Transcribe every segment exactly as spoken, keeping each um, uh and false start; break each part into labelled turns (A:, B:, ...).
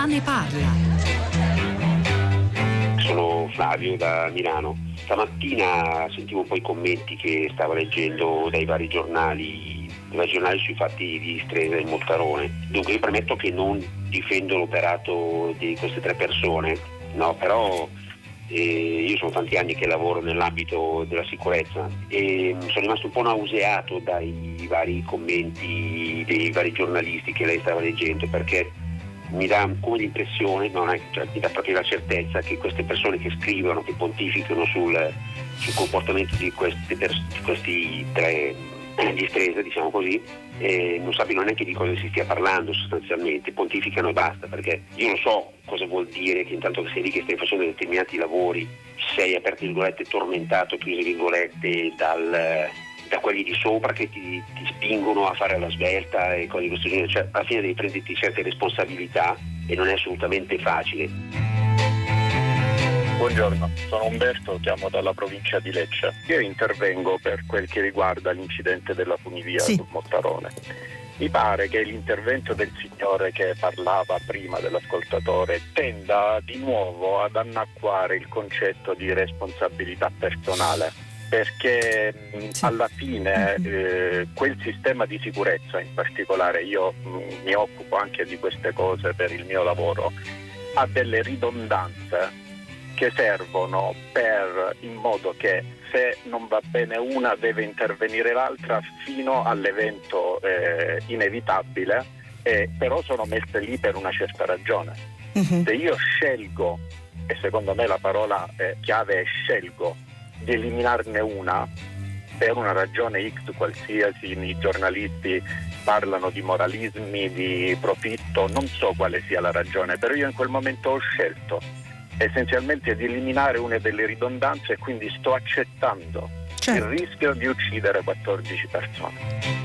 A: ne parla.
B: Sono Flavio da Milano. Stamattina sentivo un po' i commenti che stavo leggendo dai vari giornali, dai vari giornali sui fatti di Stresa e Mottarone. Dunque io premetto che non difendo l'operato di queste tre persone, no, però eh, io sono tanti anni che lavoro nell'ambito della sicurezza e sono rimasto un po' nauseato dai vari commenti dei vari giornalisti che lei stava leggendo, perché mi dà come l'impressione, non è, cioè, mi dà proprio la certezza che queste persone che scrivono, che pontificano sul, sul comportamento di questi, di questi tre di Stresa, diciamo così, eh, non sappiano neanche di cosa si stia parlando sostanzialmente, pontificano e basta, perché io non so cosa vuol dire che intanto che sei lì che stai facendo determinati lavori sei, aperte virgolette, tormentato, chiuse virgolette, dal... da quelli di sopra che ti, ti spingono a fare la svelta e cose di questo genere, cioè alla fine devi prenderti certe responsabilità e non è assolutamente facile.
C: Buongiorno, sono Umberto, chiamo dalla provincia di Lecce. Io intervengo per quel che riguarda l'incidente della funivia sì. sul Mottarone. Mi pare che l'intervento del signore che parlava prima dell'ascoltatore tenda di nuovo ad annacquare il concetto di responsabilità personale, perché sì. alla fine eh, quel sistema di sicurezza, in particolare io mh, mi occupo anche di queste cose per il mio lavoro, ha delle ridondanze che servono per, in modo che se non va bene una deve intervenire l'altra fino all'evento eh, inevitabile, eh, però sono messe lì per una certa ragione. Uh-huh. Se io scelgo, e secondo me la parola eh, chiave è scelgo, di eliminarne una per una ragione X qualsiasi, i giornalisti parlano di moralismi, di profitto, non so quale sia la ragione, però io in quel momento ho scelto essenzialmente di eliminare una delle ridondanze e quindi sto accettando certo. il rischio di uccidere quattordici persone.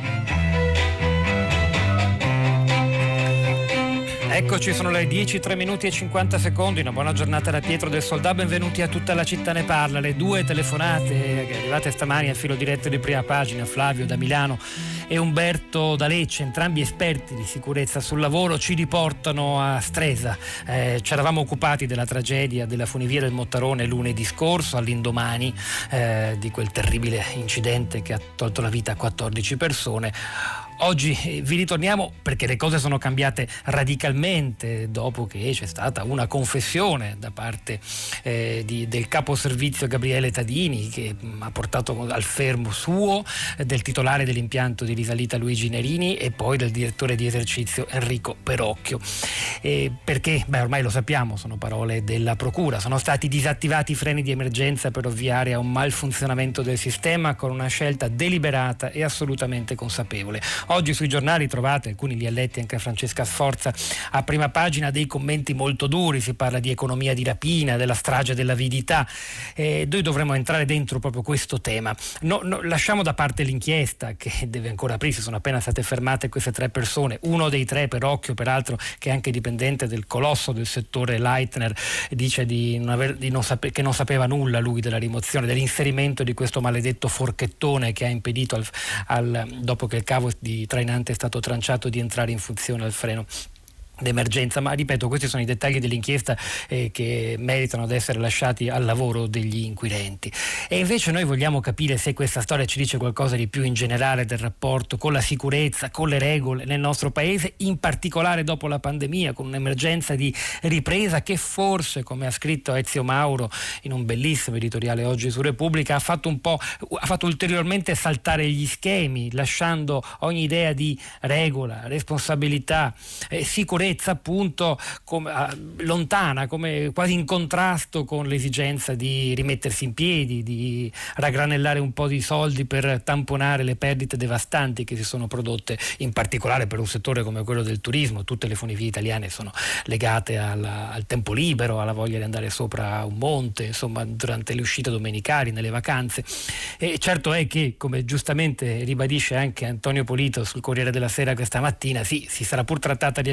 D: Eccoci, sono le dieci, tre minuti e cinquanta secondi, una buona giornata da Pietro del Soldà, benvenuti a Tutta la città ne parla. Le due telefonate arrivate stamani a filo diretto di Prima Pagina, Flavio da Milano e Umberto da Lecce, entrambi esperti di sicurezza sul lavoro, ci riportano a Stresa. Eh, ci eravamo occupati della tragedia della funivia del Mottarone lunedì scorso, all'indomani eh, di quel terribile incidente che ha tolto la vita a quattordici persone. Oggi vi ritorniamo perché le cose sono cambiate radicalmente dopo che c'è stata una confessione da parte eh, di, del capo servizio Gabriele Tadini, che mh, ha portato al fermo suo, eh, del titolare dell'impianto di risalita Luigi Nerini e poi del direttore di esercizio Enrico Perocchio. Eh, perché? Beh, ormai lo sappiamo, sono parole della procura. Sono stati disattivati i freni di emergenza per ovviare a un malfunzionamento del sistema con una scelta deliberata e assolutamente consapevole. Oggi sui giornali trovate, alcuni li ha letti anche Francesca Sforza, a Prima Pagina dei commenti molto duri, si parla di economia di rapina, della strage dell'avidità. Eh, noi dovremmo entrare dentro proprio questo tema. No, no, lasciamo da parte l'inchiesta che deve ancora aprirsi, sono appena state fermate queste tre persone, uno dei tre, Perocchio peraltro, che è anche dipendente del colosso del settore Leitner, dice di non aver, di non sape, che non sapeva nulla lui della rimozione, dell'inserimento di questo maledetto forchettone che ha impedito al, al, dopo che il cavo di trainante è stato tranciato di entrare in funzione al freno d'emergenza. Ma ripeto, questi sono i dettagli dell'inchiesta eh, che meritano di essere lasciati al lavoro degli inquirenti. E invece noi vogliamo capire se questa storia ci dice qualcosa di più in generale del rapporto con la sicurezza, con le regole nel nostro paese, in particolare dopo la pandemia, con un'emergenza di ripresa che forse, come ha scritto Ezio Mauro in un bellissimo editoriale oggi su Repubblica, ha fatto un po' ha fatto ulteriormente saltare gli schemi, lasciando ogni idea di regola, responsabilità, eh, sicurezza appunto come, uh, lontana, come quasi in contrasto con l'esigenza di rimettersi in piedi, di raggranellare un po' di soldi per tamponare le perdite devastanti che si sono prodotte, in particolare per un settore come quello del turismo. Tutte le funivie italiane sono legate alla, al tempo libero, alla voglia di andare sopra un monte, insomma, durante le uscite domenicali, nelle vacanze. E certo è che, come giustamente ribadisce anche Antonio Polito sul Corriere della Sera questa mattina, sì, si sarà pur trattata di avidità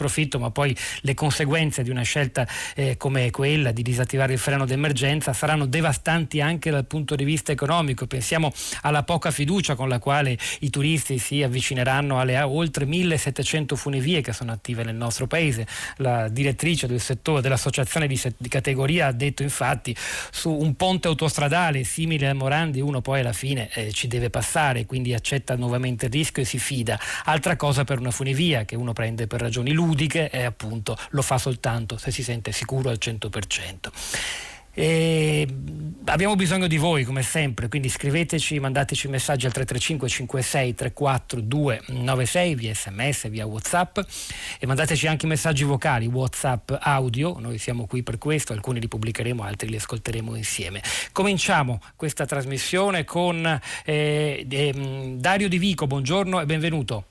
D: profitto, ma poi le conseguenze di una scelta eh, come quella di disattivare il freno d'emergenza saranno devastanti anche dal punto di vista economico. Pensiamo alla poca fiducia con la quale i turisti si avvicineranno alle oltre millesettecento funivie che sono attive nel nostro paese. La direttrice del settore dell'associazione di, di categoria ha detto infatti: su un ponte autostradale simile al Morandi uno poi alla fine eh, ci deve passare, quindi accetta nuovamente il rischio e si fida. Altra cosa per una funivia che uno prende per ragioni ludiche e appunto lo fa soltanto se si sente sicuro al cento per cento. E abbiamo bisogno di voi come sempre, quindi scriveteci, mandateci messaggi al tre tre cinque cinque sei tre quattro due nove sei via sms, via WhatsApp, e mandateci anche messaggi vocali, WhatsApp audio. Noi siamo qui per questo, alcuni li pubblicheremo, altri li ascolteremo insieme. Cominciamo questa trasmissione con eh, eh, Dario Di Vico. Buongiorno e benvenuto.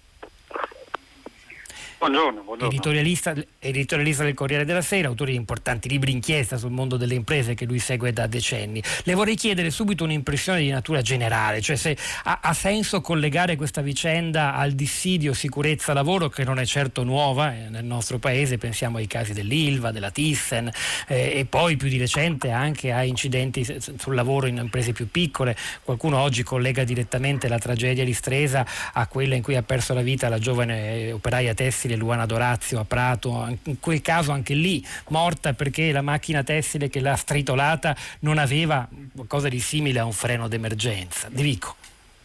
A: Buongiorno, buongiorno.
D: Editorialista, editorialista del Corriere della Sera, autore di importanti libri inchiesta sul mondo delle imprese che lui segue da decenni. Le vorrei chiedere subito un'impressione di natura generale, cioè se ha, ha senso collegare questa vicenda al dissidio sicurezza-lavoro, che non è certo nuova eh, nel nostro paese. Pensiamo ai casi dell'Ilva, della Thyssen eh, e poi più di recente anche a incidenti sul lavoro in imprese più piccole. Qualcuno oggi collega direttamente la tragedia di Stresa a quella in cui ha perso la vita la giovane operaia tessile Luana Dorazio a Prato, in quel caso anche lì morta perché la macchina tessile che l'ha stritolata non aveva qualcosa di simile a un freno d'emergenza. Di Vico.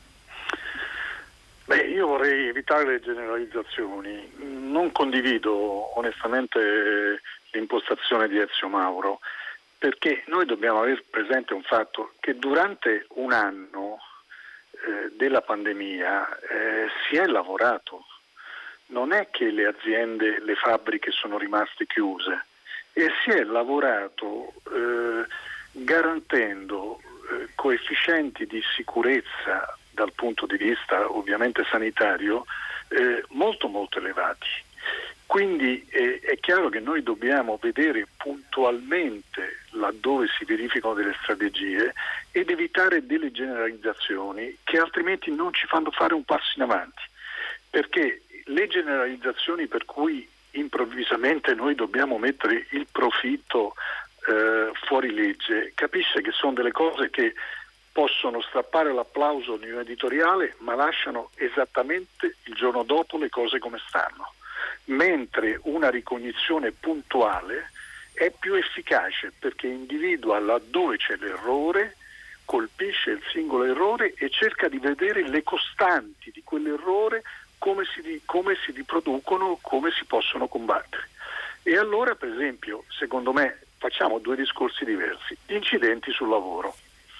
A: Beh, io vorrei evitare le generalizzazioni. Non condivido onestamente l'impostazione di Ezio Mauro, perché noi dobbiamo avere presente un fatto, che durante un anno eh, della pandemia eh, si è lavorato. Non è che le aziende, le fabbriche sono rimaste chiuse, e si è lavorato eh, garantendo eh, coefficienti di sicurezza dal punto di vista ovviamente sanitario eh, molto molto elevati. Quindi eh, è chiaro che noi dobbiamo vedere puntualmente laddove si verificano delle strategie ed evitare delle generalizzazioni che altrimenti non ci fanno fare un passo in avanti, perché le generalizzazioni per cui improvvisamente noi dobbiamo mettere il profitto eh, fuori legge, capisce che sono delle cose che possono strappare l'applauso di un editoriale, ma lasciano esattamente il giorno dopo le cose come stanno, mentre una ricognizione puntuale è più efficace perché individua laddove c'è l'errore, colpisce il singolo errore e cerca di vedere le costanti di quell'errore, come si, come si riproducono, come si possono combattere. E allora, per esempio, secondo me, facciamo due discorsi diversi. Gli incidenti sul lavoro.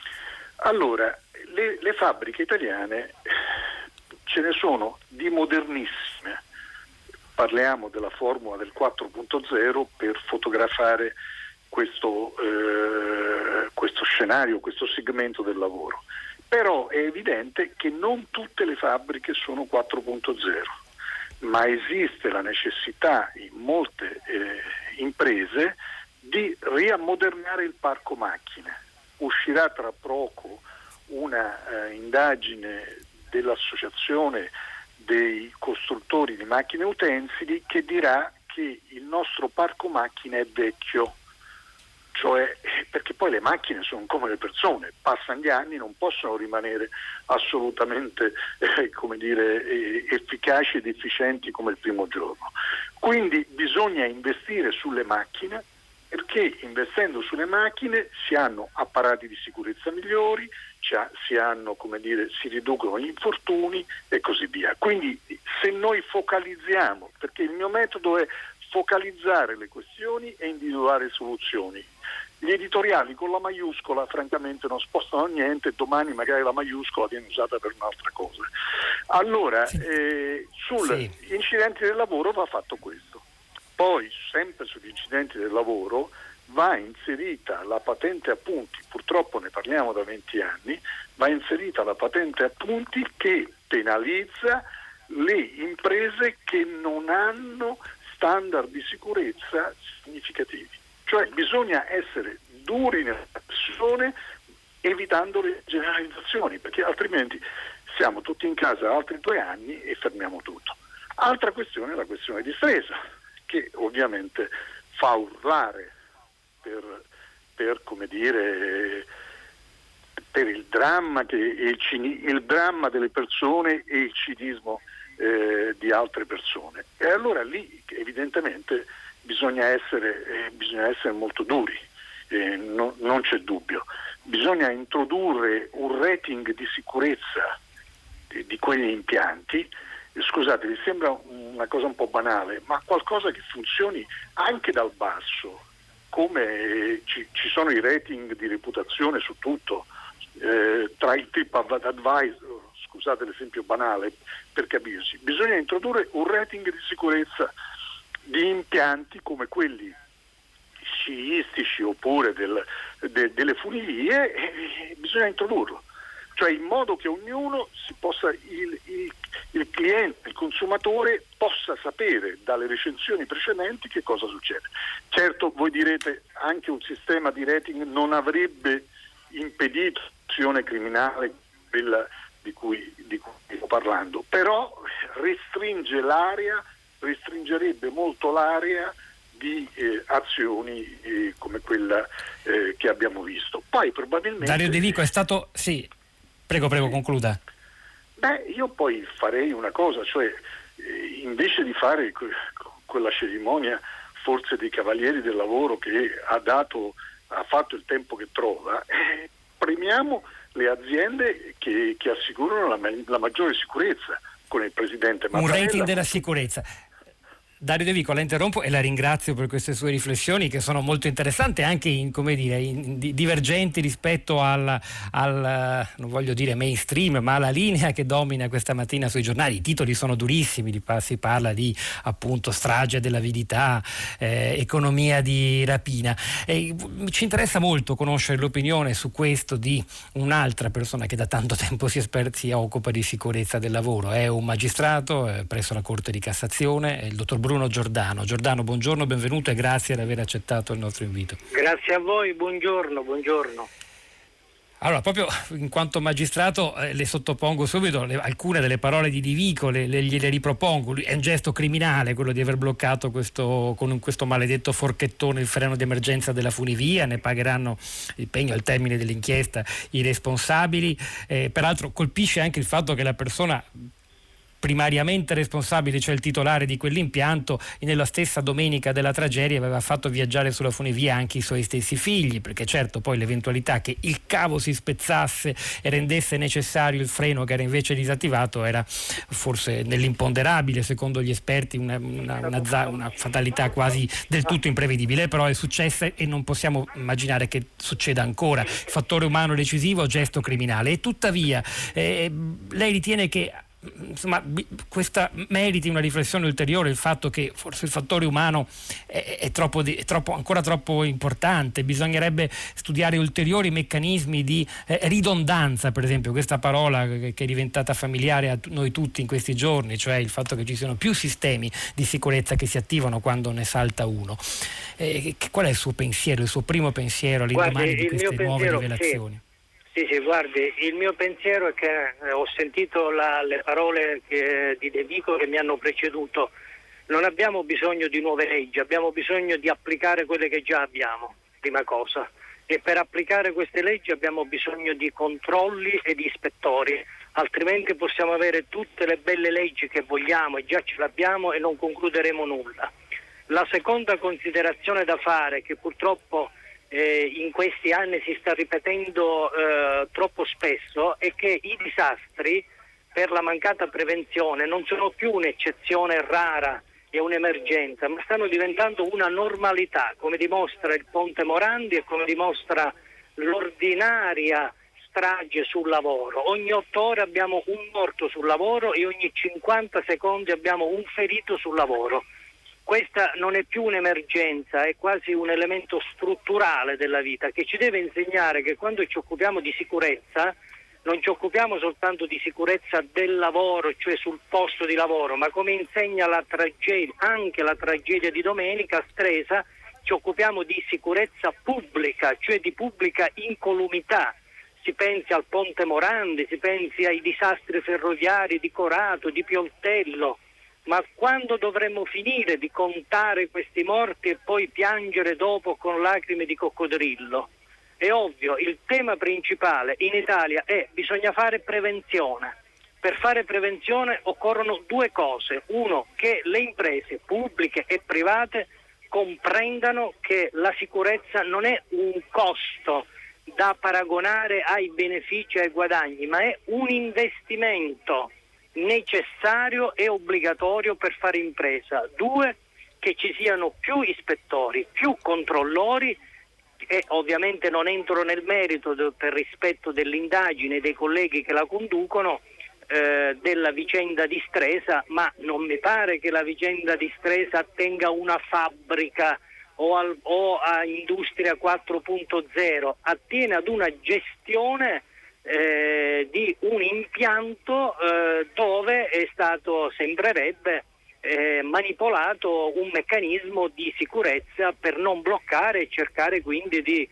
A: Allora, le, le fabbriche italiane ce ne sono di modernissime. Parliamo della formula del quattro punto zero per fotografare questo, eh, questo scenario, questo segmento del lavoro. Però è evidente che non tutte le fabbriche sono quattro punto zero, ma esiste la necessità in molte eh, imprese di riammodernare il parco macchine. Uscirà tra poco una eh, indagine dell'Associazione dei costruttori di macchine utensili che dirà che il nostro parco macchine è vecchio. Cioè, perché poi le macchine sono come le persone, passano gli anni, non possono rimanere assolutamente eh, come dire, eh, efficaci ed efficienti come il primo giorno. Quindi bisogna investire sulle macchine, perché investendo sulle macchine si hanno apparati di sicurezza migliori, cioè si hanno, come dire, si riducono gli infortuni e così via. Quindi se noi focalizziamo, perché il mio metodo è focalizzare le questioni e individuare soluzioni. Gli editoriali con la maiuscola francamente non spostano niente, domani magari la maiuscola viene usata per un'altra cosa. Allora, sì. eh, sugli sì. incidenti del lavoro va fatto questo. Poi, sempre sugli incidenti del lavoro, va inserita la patente a punti, purtroppo ne parliamo da venti anni, va inserita la patente a punti che penalizza le imprese che non hanno standard di sicurezza significativi. Cioè bisogna essere duri nella pressione evitando le generalizzazioni, perché altrimenti siamo tutti in casa altri due anni e fermiamo tutto. Altra questione è la questione di Stresa, che ovviamente fa urlare per, per come dire, per il dramma, che, il, cini, il dramma delle persone e il cinismo eh, di altre persone. E allora lì evidentemente bisogna essere, eh, bisogna essere molto duri, eh, no, non c'è dubbio. Bisogna introdurre un rating di sicurezza di, di quegli impianti. Scusate, vi sembra una cosa un po' banale, ma qualcosa che funzioni anche dal basso, come ci, ci sono i rating di reputazione su tutto, eh, tra il TripAdvisor, scusate l'esempio banale per capirsi. Bisogna introdurre un rating di sicurezza di impianti come quelli sciistici oppure del, de, delle funivie, e bisogna introdurlo, cioè in modo che ognuno si possa, il, il, il cliente, il consumatore possa sapere dalle recensioni precedenti che cosa succede. Certo, voi direte, anche un sistema di rating non avrebbe impedito l'azione criminale, quella di cui, di cui sto parlando, però restringe l'area, restringerebbe molto l'area di eh, azioni eh, come quella eh, che abbiamo visto. Poi probabilmente
D: Dario De Vico è stato sì. Prego, prego, concluda.
A: Beh, io poi farei una cosa, cioè eh, invece di fare que- quella cerimonia forse dei Cavalieri del Lavoro che ha dato, ha fatto il tempo che trova, eh, premiamo le aziende che, che assicurano la, la maggiore sicurezza, con il presidente Mattarella.
D: Un rating della sicurezza. Dario De Vico, la interrompo e la ringrazio per queste sue riflessioni che sono molto interessanti, anche in, come dire, in, di, divergenti rispetto al, al, non voglio dire mainstream, ma alla linea che domina questa mattina sui giornali. I titoli sono durissimi, si parla di appunto strage dell'avidità, eh, economia di rapina. E ci interessa molto conoscere l'opinione su questo di un'altra persona che da tanto tempo si, esper- si occupa di sicurezza del lavoro. È un magistrato eh, presso la Corte di Cassazione, è il dottor Bruno Bruno Giordano. Giordano, buongiorno, benvenuto e grazie di aver accettato il nostro invito.
E: Grazie a voi, buongiorno, buongiorno.
D: Allora, proprio in quanto magistrato eh, le sottopongo subito le, alcune delle parole di Di Vico, le, le, gliele ripropongo. È un gesto criminale quello di aver bloccato questo, con questo maledetto forchettone il freno di emergenza della funivia, ne pagheranno il pegno al termine dell'inchiesta i responsabili. Eh, peraltro colpisce anche il fatto che la persona primariamente responsabile, cioè il titolare di quell'impianto, nella stessa domenica della tragedia aveva fatto viaggiare sulla funivia anche i suoi stessi figli, perché certo poi l'eventualità che il cavo si spezzasse e rendesse necessario il freno che era invece disattivato era forse nell'imponderabile, secondo gli esperti una, una, una, una fatalità quasi del tutto imprevedibile, però è successa e non possiamo immaginare che succeda ancora. Fattore umano decisivo, gesto criminale. E tuttavia eh, lei ritiene che insomma questa meriti una riflessione ulteriore, il fatto che forse il fattore umano è, è, troppo, è troppo, ancora troppo importante, bisognerebbe studiare ulteriori meccanismi di eh, ridondanza, per esempio questa parola che, che è diventata familiare a t- noi tutti in questi giorni, cioè il fatto che ci siano più sistemi di sicurezza che si attivano quando ne salta uno. Eh, qual è il suo pensiero, il suo primo pensiero all'indomani di queste nuove pensiero, rivelazioni?
E: Sì. Sì, sì, guardi, il mio pensiero è che eh, ho sentito la, le parole che, di De Vico che mi hanno preceduto. Non abbiamo bisogno di nuove leggi, abbiamo bisogno di applicare quelle che già abbiamo, prima cosa. E per applicare queste leggi abbiamo bisogno di controlli e di ispettori, altrimenti possiamo avere tutte le belle leggi che vogliamo e già ce l'abbiamo e non concluderemo nulla. La seconda considerazione da fare, che purtroppo Eh, in questi anni si sta ripetendo eh, troppo spesso, è che i disastri per la mancata prevenzione non sono più un'eccezione rara e un'emergenza, ma stanno diventando una normalità, come dimostra il Ponte Morandi e come dimostra l'ordinaria strage sul lavoro. Ogni otto ore abbiamo un morto sul lavoro e ogni cinquanta secondi abbiamo un ferito sul lavoro. Questa non è più un'emergenza, è quasi un elemento strutturale della vita che ci deve insegnare che quando ci occupiamo di sicurezza non ci occupiamo soltanto di sicurezza del lavoro, cioè sul posto di lavoro, ma come insegna la tragedia, anche la tragedia di domenica a Stresa, ci occupiamo di sicurezza pubblica, cioè di pubblica incolumità. Si pensi al Ponte Morandi, si pensi ai disastri ferroviari di Corato, di Pioltello. Ma quando dovremmo finire di contare questi morti e poi piangere dopo con lacrime di coccodrillo? È ovvio, il tema principale in Italia è bisogna fare prevenzione. Per fare prevenzione occorrono due cose. Uno, che le imprese pubbliche e private comprendano che la sicurezza non è un costo da paragonare ai benefici e ai guadagni, ma è un investimento necessario e obbligatorio per fare impresa. Due, che ci siano più ispettori, più controllori, e ovviamente non entro nel merito de, per rispetto dell'indagine dei colleghi che la conducono, eh, della vicenda di Stresa, ma non mi pare che la vicenda di Stresa attenga una fabbrica o, al, o a Industria quattro punto zero, attiene ad una gestione Eh, di un impianto eh, dove è stato, sembrerebbe, eh, manipolato un meccanismo di sicurezza per non bloccare e cercare quindi di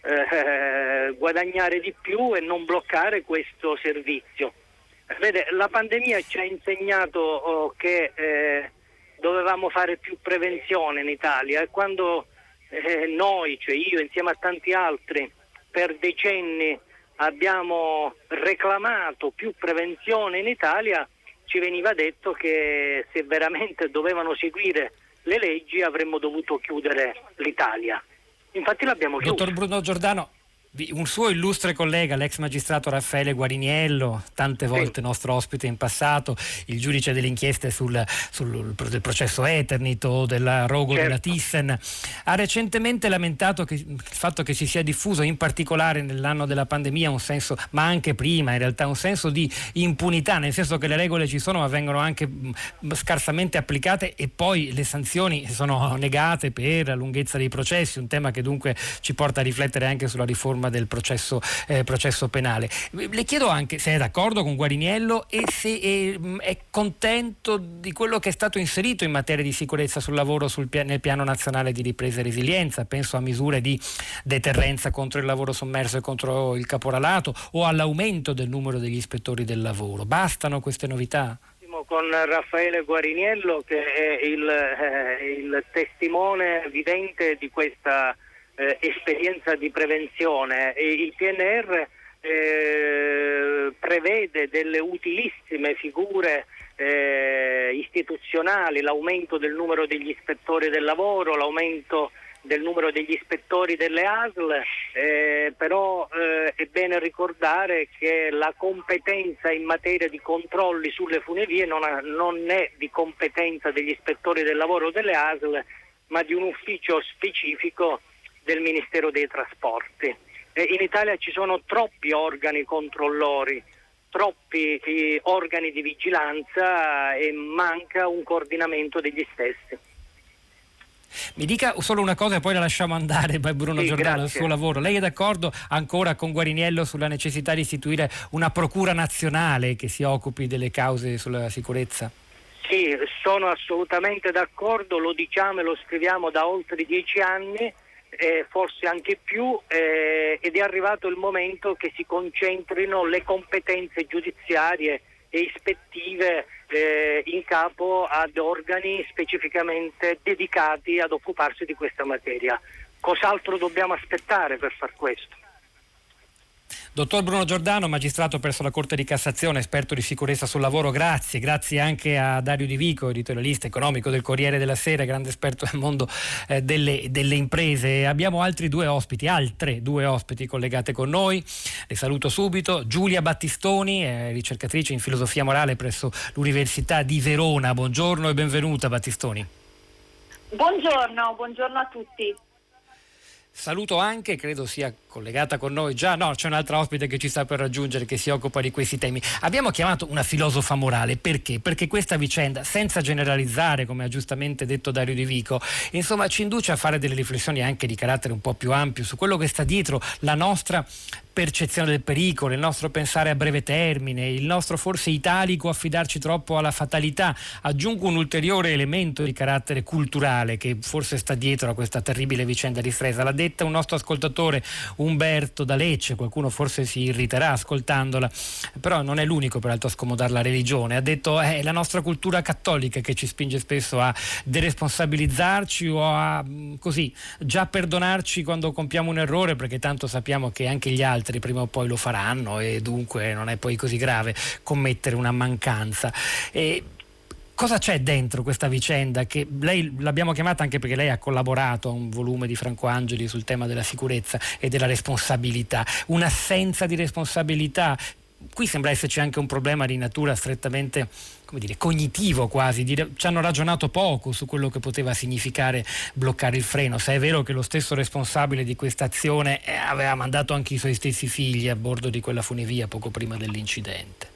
E: eh, guadagnare di più e non bloccare questo servizio. Vede, la pandemia ci ha insegnato oh, che eh, dovevamo fare più prevenzione in Italia, e quando eh, noi, cioè io insieme a tanti altri, per decenni abbiamo reclamato più prevenzione in Italia, ci veniva detto che se veramente dovevano seguire le leggi avremmo dovuto chiudere l'Italia. Infatti l'abbiamo chiusa.
D: Dottor Bruno Giordano, un suo illustre collega, l'ex magistrato Raffaele Guariniello, tante volte sì. nostro ospite in passato, il giudice delle inchieste sul, sul del processo Eternit, della rogo certo. della Thyssen, ha recentemente lamentato che, il fatto che si sia diffuso in particolare nell'anno della pandemia un senso, ma anche prima in realtà, un senso di impunità, nel senso che le regole ci sono ma vengono anche scarsamente applicate e poi le sanzioni sono negate per la lunghezza dei processi, un tema che dunque ci porta a riflettere anche sulla riforma del processo, eh, processo penale. Le chiedo anche se è d'accordo con Guariniello e se è, è contento di quello che è stato inserito in materia di sicurezza sul lavoro sul pia- nel piano nazionale di ripresa e resilienza. Penso a misure di deterrenza contro il lavoro sommerso e contro il caporalato o all'aumento del numero degli ispettori del lavoro. Bastano queste novità?
E: Con Raffaele Guariniello, che è il, eh, il testimone vivente di questa Eh, esperienza di prevenzione. E il P N R eh, prevede delle utilissime figure eh, istituzionali, l'aumento del numero degli ispettori del lavoro, l'aumento del numero degli ispettori delle A S L, eh, però eh, è bene ricordare che la competenza in materia di controlli sulle funivie non, ha, non è di competenza degli ispettori del lavoro o delle A S L, ma di un ufficio specifico del Ministero dei Trasporti. Eh, in Italia ci sono troppi organi controllori, troppi eh, organi di vigilanza e manca un coordinamento degli stessi.
D: Mi dica solo una cosa e poi la lasciamo andare, Bruno
E: sì,
D: Giordano,
E: grazie.
D: il suo lavoro. Lei è d'accordo ancora con Guariniello sulla necessità di istituire una procura nazionale che si occupi delle cause sulla sicurezza?
E: Sì, sono assolutamente d'accordo, lo diciamo e lo scriviamo da oltre dieci anni. Eh, forse anche più, eh, ed è arrivato il momento che si concentrino le competenze giudiziarie e ispettive eh, in capo ad organi specificamente dedicati ad occuparsi di questa materia. Cos'altro dobbiamo aspettare per far questo?
D: Dottor Bruno Giordano, magistrato presso la Corte di Cassazione, esperto di sicurezza sul lavoro, grazie. Grazie anche a Dario Di Vico, editorialista economico del Corriere della Sera, grande esperto del mondo eh, delle, delle imprese. Abbiamo altri due ospiti, altre due ospiti collegate con noi. Le saluto subito. Giulia Battistoni, eh, ricercatrice in filosofia morale presso l'Università di Verona. Buongiorno e benvenuta, Battistoni.
F: Buongiorno, buongiorno a tutti.
D: Saluto anche, credo sia collegata con noi già, no, c'è un'altra ospite che ci sta per raggiungere che si occupa di questi temi. Abbiamo chiamato una filosofa morale, perché? Perché questa vicenda, senza generalizzare, come ha giustamente detto Dario Di Vico, insomma ci induce a fare delle riflessioni anche di carattere un po' più ampio su quello che sta dietro la nostra percezione del pericolo, il nostro pensare a breve termine, il nostro forse italico affidarci troppo alla fatalità. Aggiungo un ulteriore elemento di carattere culturale che forse sta dietro a questa terribile vicenda di Stresa. L'ha detta un nostro ascoltatore, Umberto da Lecce, qualcuno forse si irriterà ascoltandola, però non è l'unico peraltro a scomodare la religione. Ha detto è la nostra cultura cattolica che ci spinge spesso a deresponsabilizzarci o a così già perdonarci quando compiamo un errore, perché tanto sappiamo che anche gli altri prima o poi lo faranno e dunque non è poi così grave commettere una mancanza. E cosa c'è dentro questa vicenda? Che lei l'abbiamo chiamata anche perché lei ha collaborato a un volume di Franco Angeli sul tema della sicurezza e della responsabilità, un'assenza di responsabilità. Qui sembra esserci anche un problema di natura strettamente, come dire, cognitivo quasi. Ci hanno ragionato poco su quello che poteva significare bloccare il freno, se è vero che lo stesso responsabile di questa azione aveva mandato anche i suoi stessi figli a bordo di quella funivia poco prima dell'incidente.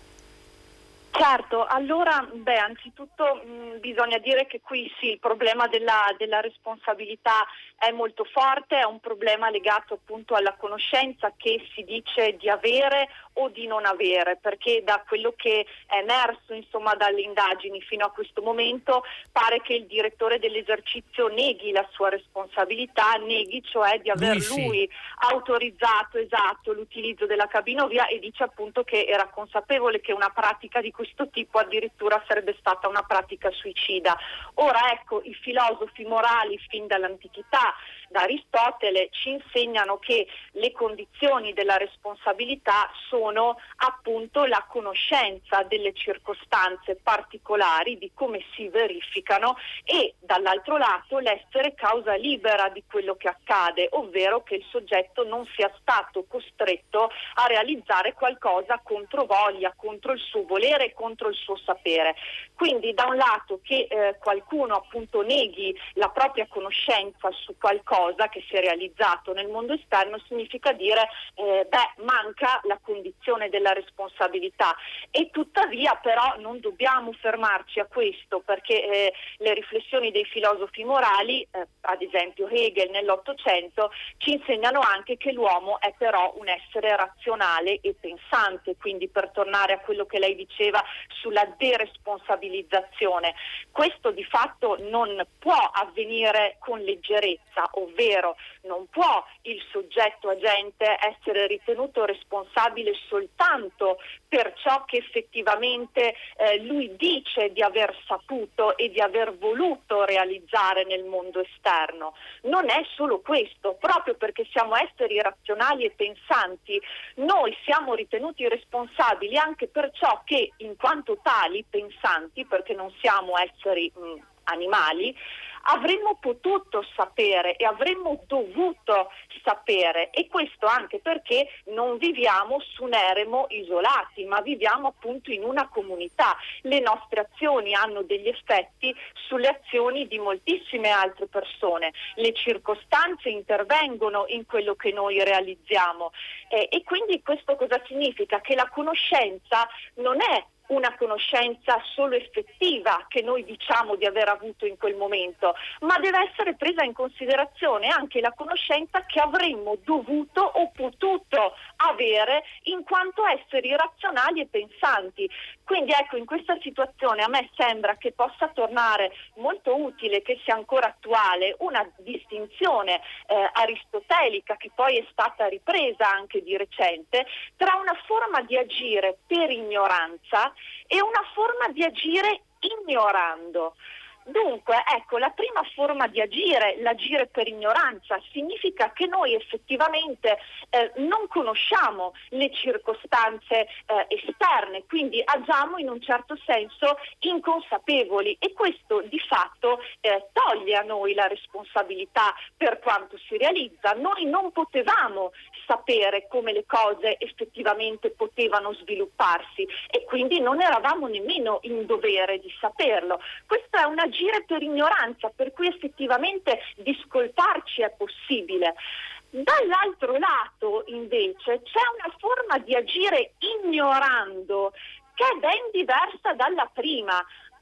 F: Certo, allora beh, anzitutto mh, bisogna dire che qui sì, il problema della, della responsabilità è molto forte, è un problema legato appunto alla conoscenza che si dice di avere o di non avere, perché da quello che è emerso insomma dalle indagini fino a questo momento pare che il direttore dell'esercizio neghi la sua responsabilità, neghi cioè di aver lui, sì. lui autorizzato esatto l'utilizzo della cabinovia e dice appunto che era consapevole che una pratica di questo tipo addirittura sarebbe stata una pratica suicida. Ora ecco, i filosofi morali fin dall'antichità, da Aristotele, ci insegnano che le condizioni della responsabilità sono appunto la conoscenza delle circostanze particolari, di come si verificano, e dall'altro lato l'essere causa libera di quello che accade, ovvero che il soggetto non sia stato costretto a realizzare qualcosa contro voglia, contro il suo volere, contro il suo sapere. Quindi da un lato che eh, qualcuno appunto neghi la propria conoscenza su qualcosa che si è realizzato nel mondo esterno significa dire eh, beh, manca la condizione della responsabilità, e tuttavia però non dobbiamo fermarci a questo, perché eh, le riflessioni dei filosofi morali, eh, ad esempio Hegel nell'Ottocento, ci insegnano anche che l'uomo è però un essere razionale e pensante. Quindi, per tornare a quello che lei diceva sulla deresponsabilizzazione, questo di fatto non può avvenire con leggerezza, ovvero non può il soggetto agente essere ritenuto responsabile soltanto per ciò che effettivamente eh, lui dice di aver saputo e di aver voluto realizzare nel mondo esterno. Non è solo questo, proprio perché siamo esseri razionali e pensanti, noi siamo ritenuti responsabili anche per ciò che, in quanto tali pensanti, perché non siamo esseri mh, animali, avremmo potuto sapere e avremmo dovuto sapere, e questo anche perché non viviamo su un eremo isolati, ma viviamo appunto in una comunità. Le nostre azioni hanno degli effetti sulle azioni di moltissime altre persone, le circostanze intervengono in quello che noi realizziamo, eh, e quindi questo cosa significa? Che la conoscenza non è una conoscenza solo effettiva che noi diciamo di aver avuto in quel momento, ma deve essere presa in considerazione anche la conoscenza che avremmo dovuto o potuto avere in quanto esseri razionali e pensanti. Quindi ecco, in questa situazione a me sembra che possa tornare molto utile, che sia ancora attuale, una distinzione eh, aristotelica, che poi è stata ripresa anche di recente, tra una forma di agire per ignoranza e una forma di agire ignorando. Dunque, ecco, la prima forma di agire, l'agire per ignoranza, significa che noi effettivamente eh, non conosciamo le circostanze eh, esterne, quindi agiamo in un certo senso inconsapevoli, e questo di fatto eh, toglie a noi la responsabilità per quanto si realizza. Noi non potevamo sapere come le cose effettivamente potevano svilupparsi e quindi non eravamo nemmeno in dovere di saperlo. Questo è un agire per ignoranza, per cui effettivamente discolparci è possibile. Dall'altro lato invece c'è una forma di agire ignorando che è ben diversa dalla prima.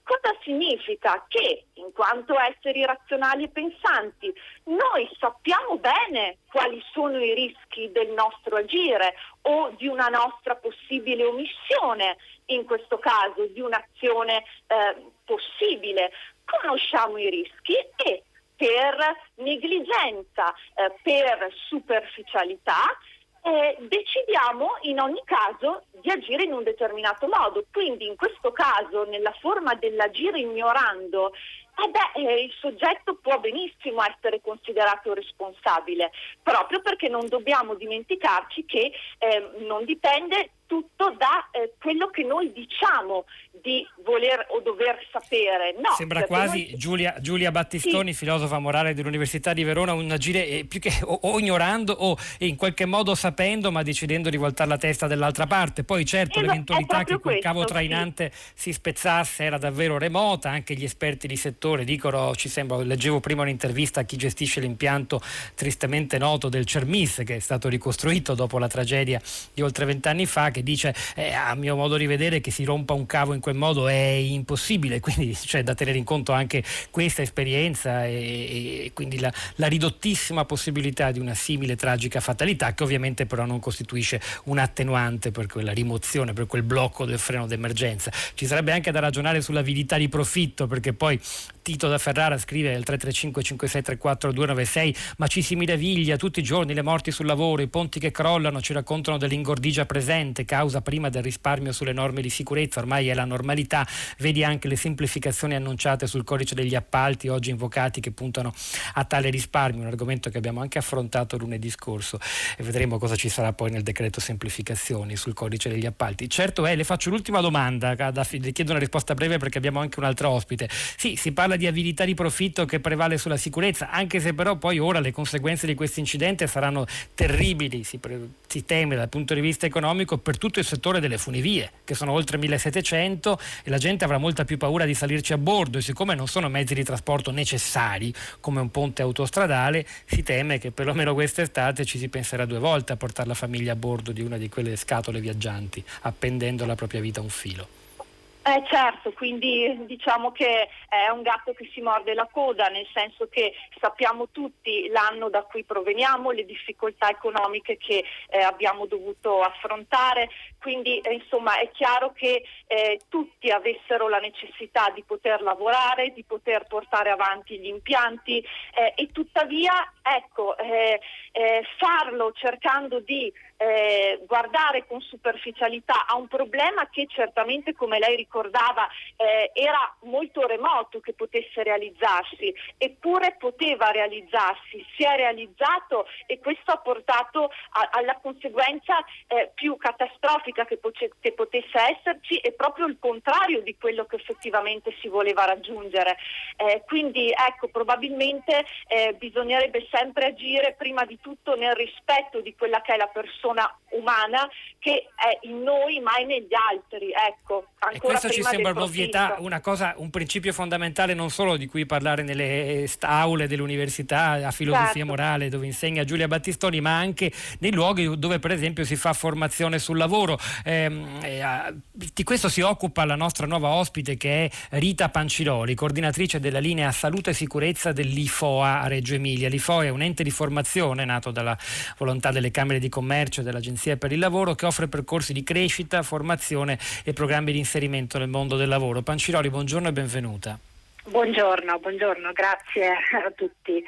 F: Cosa significa? Che in quanto esseri razionali e pensanti noi sappiamo bene quali sono i rischi del nostro agire o di una nostra possibile omissione, in questo caso di un'azione eh, possibile. Conosciamo i rischi e per negligenza, eh, per superficialità, Eh, decidiamo in ogni caso di agire in un determinato modo. Quindi in questo caso, nella forma dell'agire ignorando, eh beh, eh, il soggetto può benissimo essere considerato responsabile, proprio perché non dobbiamo dimenticarci che eh, non dipende tutto da eh, quello che noi diciamo di voler o dover sapere. No,
D: sembra quasi
F: noi...
D: Giulia, Giulia Battistoni, sì, filosofa morale dell'Università di Verona, un agire eh, più che o, o ignorando o in qualche modo sapendo, ma decidendo di voltare la testa dall'altra parte. Poi certo,
F: Esatto,
D: l'eventualità che quel
F: questo,
D: cavo trainante sì. si spezzasse era davvero remota. Anche gli esperti di settore dicono, ci sembra, leggevo prima un'intervista a chi gestisce l'impianto tristemente noto del Cermis, che è stato ricostruito dopo la tragedia di oltre vent'anni fa, che dice eh, a mio modo di vedere che si rompa un cavo in quel modo è impossibile, quindi c'è da tenere in conto anche questa esperienza e, e quindi la, la ridottissima possibilità di una simile tragica fatalità, che ovviamente però non costituisce un attenuante per quella rimozione, per quel blocco del freno d'emergenza. Ci sarebbe anche da ragionare sull'avidità di profitto, perché poi Tito da Ferrara scrive al tre tre cinque cinque sei tre quattro due nove sei: ma ci si meraviglia tutti i giorni le morti sul lavoro, i ponti che crollano, ci raccontano dell'ingordigia presente, causa prima del risparmio sulle norme di sicurezza, ormai è la normalità. Vedi anche le semplificazioni annunciate sul codice degli appalti, oggi invocati, che puntano a tale risparmio, un argomento che abbiamo anche affrontato lunedì scorso, e vedremo cosa ci sarà poi nel decreto semplificazioni sul codice degli appalti. Certo è, le faccio l'ultima domanda, le chiedo una risposta breve perché abbiamo anche un altro ospite. Sì, si parla di avidità di profitto che prevale sulla sicurezza, anche se però poi ora le conseguenze di questo incidente saranno terribili, si, pre- si teme dal punto di vista economico, per tutto il settore delle funivie, che sono oltre millesettecento, e la gente avrà molta più paura di salirci a bordo, e siccome non sono mezzi di trasporto necessari come un ponte autostradale, si teme che perlomeno quest'estate ci si penserà due volte a portare la famiglia a bordo di una di quelle scatole viaggianti, appendendo la propria vita a un filo.
F: Eh certo, quindi diciamo che è un gatto che si morde la coda, nel senso che sappiamo tutti l'anno da cui proveniamo, le difficoltà economiche che eh, abbiamo dovuto affrontare, quindi eh, insomma è chiaro che eh, tutti avessero la necessità di poter lavorare, di poter portare avanti gli impianti eh, e tuttavia ecco eh, eh, farlo cercando di eh, guardare con superficialità a un problema che certamente, come lei ricordava, eh, era molto remoto che potesse realizzarsi, eppure poteva realizzarsi, si è realizzato, e questo ha portato a, alla conseguenza eh, più catastrofica che, poce, che potesse esserci, e proprio il contrario di quello che effettivamente si voleva raggiungere. Eh, quindi ecco, probabilmente eh, bisognerebbe sempre agire prima di tutto nel rispetto di quella che è la persona umana che è in noi ma è negli altri, ecco, ancora
D: e questo
F: prima
D: ci sembra
F: del
D: un'ovvietà, una cosa, un principio fondamentale non solo di cui parlare nelle aule dell'università a filosofia
F: certo.
D: morale dove insegna Giulia Battistoni, ma anche nei luoghi dove per esempio si fa formazione sul lavoro. Ehm, eh, di questo si occupa la nostra nuova ospite, che è Rita Panciroli, coordinatrice della linea salute e sicurezza dell'I F O A a Reggio Emilia. L'I F O A è un ente di formazione nato dalla volontà delle Camere di Commercio e dell'Agenzia per il Lavoro, che offre percorsi di crescita, formazione e programmi di inserimento nel mondo del lavoro. Panciroli, buongiorno e benvenuta.
G: Buongiorno, buongiorno, grazie a tutti.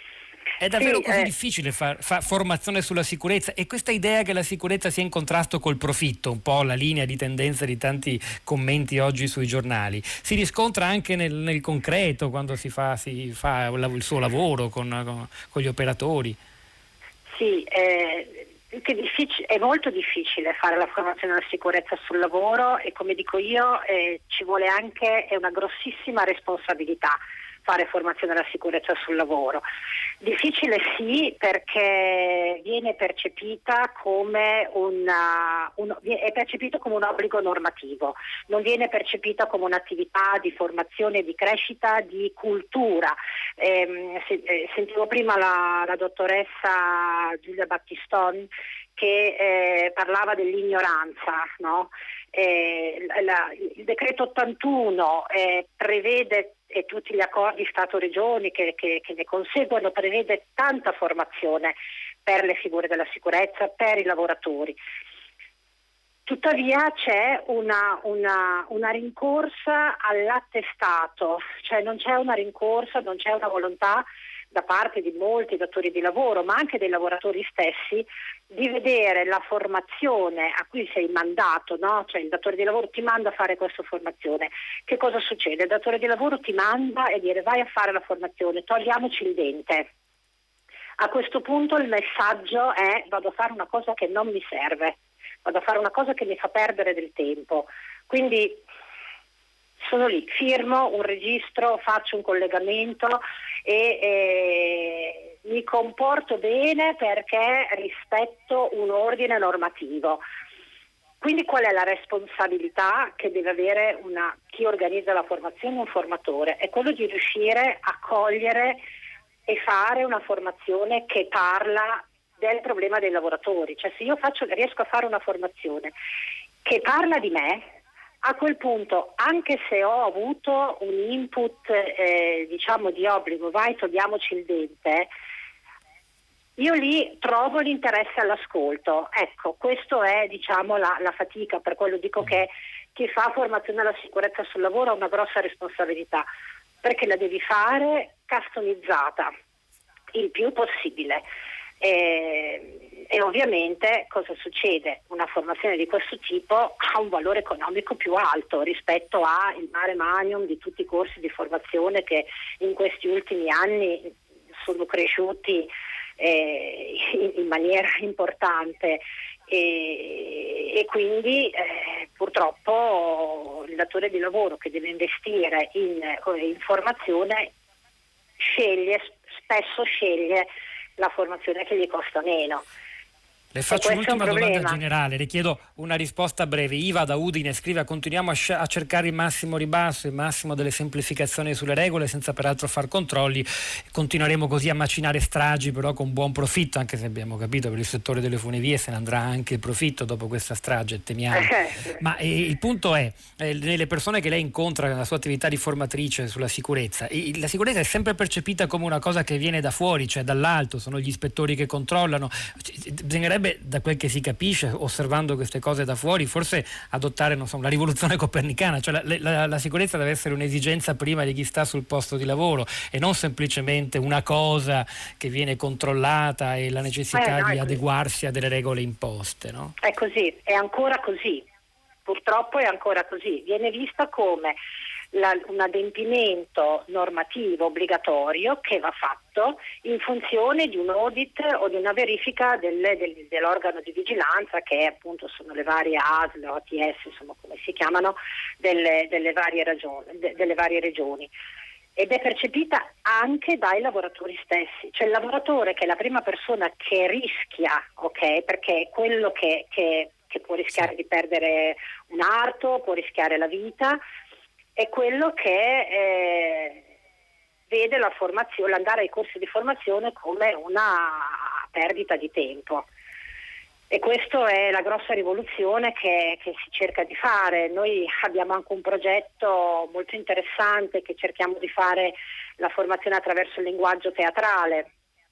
D: È davvero
G: sì,
D: così
G: eh.
D: difficile fare fa formazione sulla sicurezza, e questa idea che la sicurezza sia in contrasto col profitto, un po' la linea di tendenza di tanti commenti oggi sui giornali, si riscontra anche nel, nel concreto quando si fa, si fa il suo lavoro con, con, con gli operatori?
G: Sì, eh, che difficile, è molto difficile fare la formazione alla sicurezza sul lavoro, e come dico io eh, ci vuole anche è una grossissima responsabilità, fare formazione alla sicurezza sul lavoro. Difficile sì, perché viene percepita come una, un, è percepito come un obbligo normativo, non viene percepita come un'attività di formazione, di crescita, di cultura. Eh, sentivo prima la, la dottoressa Giulia Battiston che eh, parlava dell'ignoranza, no? Eh, la, il decreto ottantuno eh, prevede, e tutti gli accordi Stato-Regioni che, che, che ne conseguono, prevede tanta formazione per le figure della sicurezza, per i lavoratori. Tuttavia c'è una, una, una rincorsa all'attestato, cioè non c'è una rincorsa, non c'è una volontà da parte di molti datori di lavoro, ma anche dei lavoratori stessi, di vedere la formazione a cui sei mandato, no? Cioè il datore di lavoro ti manda a fare questa formazione. Che cosa succede? Il datore di lavoro ti manda e dire vai a fare la formazione, togliamoci il dente. A questo punto il messaggio è vado a fare una cosa che non mi serve, vado a fare una cosa che mi fa perdere del tempo. Quindi sono lì, firmo un registro, faccio un collegamento e eh, mi comporto bene perché rispetto un ordine normativo. Quindi qual è la responsabilità che deve avere una, chi organizza la formazione, un formatore? È quello di riuscire a cogliere e fare una formazione che parla del problema dei lavoratori. Cioè se io faccio, riesco a fare una formazione che parla di me, a quel punto, anche se ho avuto un input eh, diciamo di obbligo, vai togliamoci il dente, io lì trovo l'interesse all'ascolto. Ecco, questo è diciamo la, la fatica, per quello dico che chi fa formazione alla sicurezza sul lavoro ha una grossa responsabilità, perché la devi fare customizzata il più possibile. E, e ovviamente cosa succede? Una formazione di questo tipo ha un valore economico più alto rispetto al mare magnum di tutti i corsi di formazione che in questi ultimi anni sono cresciuti eh, in, in maniera importante e, e quindi eh, purtroppo il datore di lavoro che deve investire in, in formazione sceglie, spesso sceglie la formazione che gli costa meno.
D: Le faccio un'ultima domanda generale, le chiedo una risposta breve. Iva da Udine scrive: continuiamo a, sc- a cercare il massimo ribasso, il massimo delle semplificazioni sulle regole senza peraltro far controlli, continueremo così a macinare stragi però con buon profitto, anche se abbiamo capito per il settore delle funivie se ne andrà anche il profitto dopo questa strage, temiamo. Ma eh, il punto è, eh, nelle persone che lei incontra nella sua attività di formatrice sulla sicurezza, eh, la sicurezza è sempre percepita come una cosa che viene da fuori, cioè dall'alto, sono gli ispettori che controllano. Bisognerebbe, da quel che si capisce osservando queste cose da fuori, forse adottare non so, una rivoluzione copernicana, cioè la, la, la sicurezza deve essere un'esigenza prima di chi sta sul posto di lavoro e non semplicemente una cosa che viene controllata e la necessità eh, no, di adeguarsi a delle regole imposte, no?
G: È così, è ancora così, purtroppo è ancora così, viene vista come La, un adempimento normativo obbligatorio che va fatto in funzione di un audit o di una verifica del, del, dell'organo di vigilanza che appunto sono le varie A S L, O T S, insomma come si chiamano, delle, delle, varie, ragioni, de, delle varie regioni. Ed è percepita anche dai lavoratori stessi, cioè il lavoratore che è la prima persona che rischia, ok, perché è quello che, che, che può rischiare di perdere un arto, può rischiare la vita, è quello che eh, vede la formazione, l'andare ai corsi di formazione come una perdita di tempo. E questa è la grossa rivoluzione che, che si cerca di fare. Noi abbiamo anche un progetto molto interessante che cerchiamo di fare la formazione attraverso il linguaggio teatrale,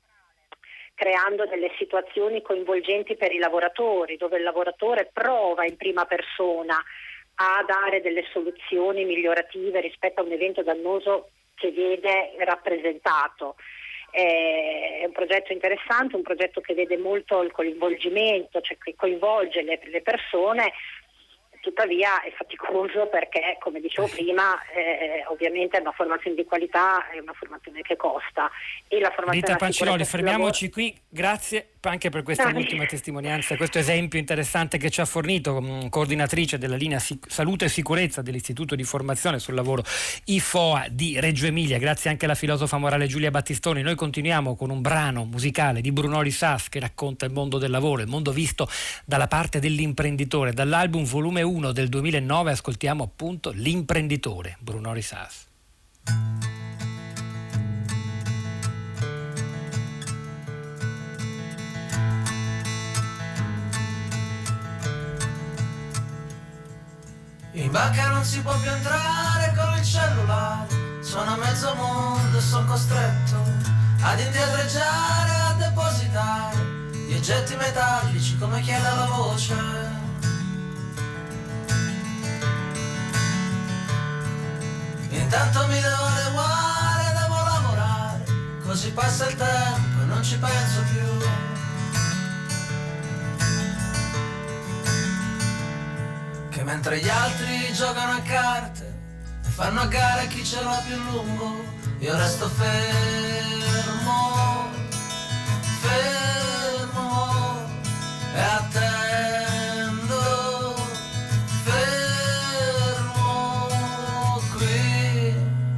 G: creando delle situazioni coinvolgenti per i lavoratori, dove il lavoratore prova in prima persona a dare delle soluzioni migliorative rispetto a un evento dannoso che viene rappresentato. È un progetto interessante, un progetto che vede molto il coinvolgimento, cioè che coinvolge le, le persone, tuttavia è faticoso perché, come dicevo prima, eh, ovviamente è una formazione di qualità, è una formazione che costa. E la formazione
D: Rita Panciroli, fermiamoci qui, grazie anche per questa
G: Dai.
D: ultima testimonianza, questo esempio interessante che ci ha fornito, mh, coordinatrice della linea Sic- Salute e Sicurezza dell'Istituto di Formazione sul Lavoro I F O A di Reggio Emilia. Grazie anche alla filosofa morale Giulia Battistoni. Noi continuiamo con un brano musicale di Bruno Risas che racconta il mondo del lavoro, il mondo visto dalla parte dell'imprenditore. Dall'album volume uno del duemilanove ascoltiamo appunto L'imprenditore, Bruno Risas.
H: In banca non si può più entrare con il cellulare, sono a mezzo mondo e sono costretto ad indietreggiare, a depositare gli oggetti metallici come chiede la voce. Intanto mi devo adeguare, devo lavorare, così passa il tempo e non ci penso più. Che mentre gli altri giocano a carte e fanno a gara chi ce l'ha più lungo, io resto fermo, fermo e attendo, fermo qui.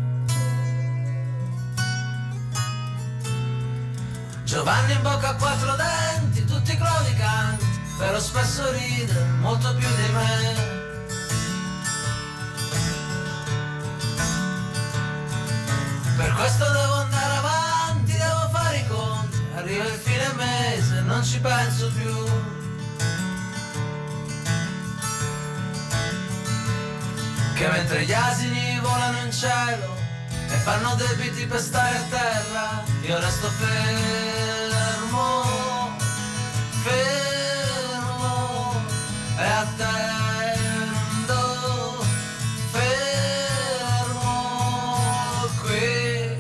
H: Giovanni in bocca a quattro denti, tutti claudicanti, però spesso ride molto più di me. Per questo devo andare avanti, devo fare i conti, arriva il fine mese e non ci penso più. Che mentre gli asini volano in cielo e fanno debiti per stare a terra, io resto fermo, fermo e attendo, fermo qui.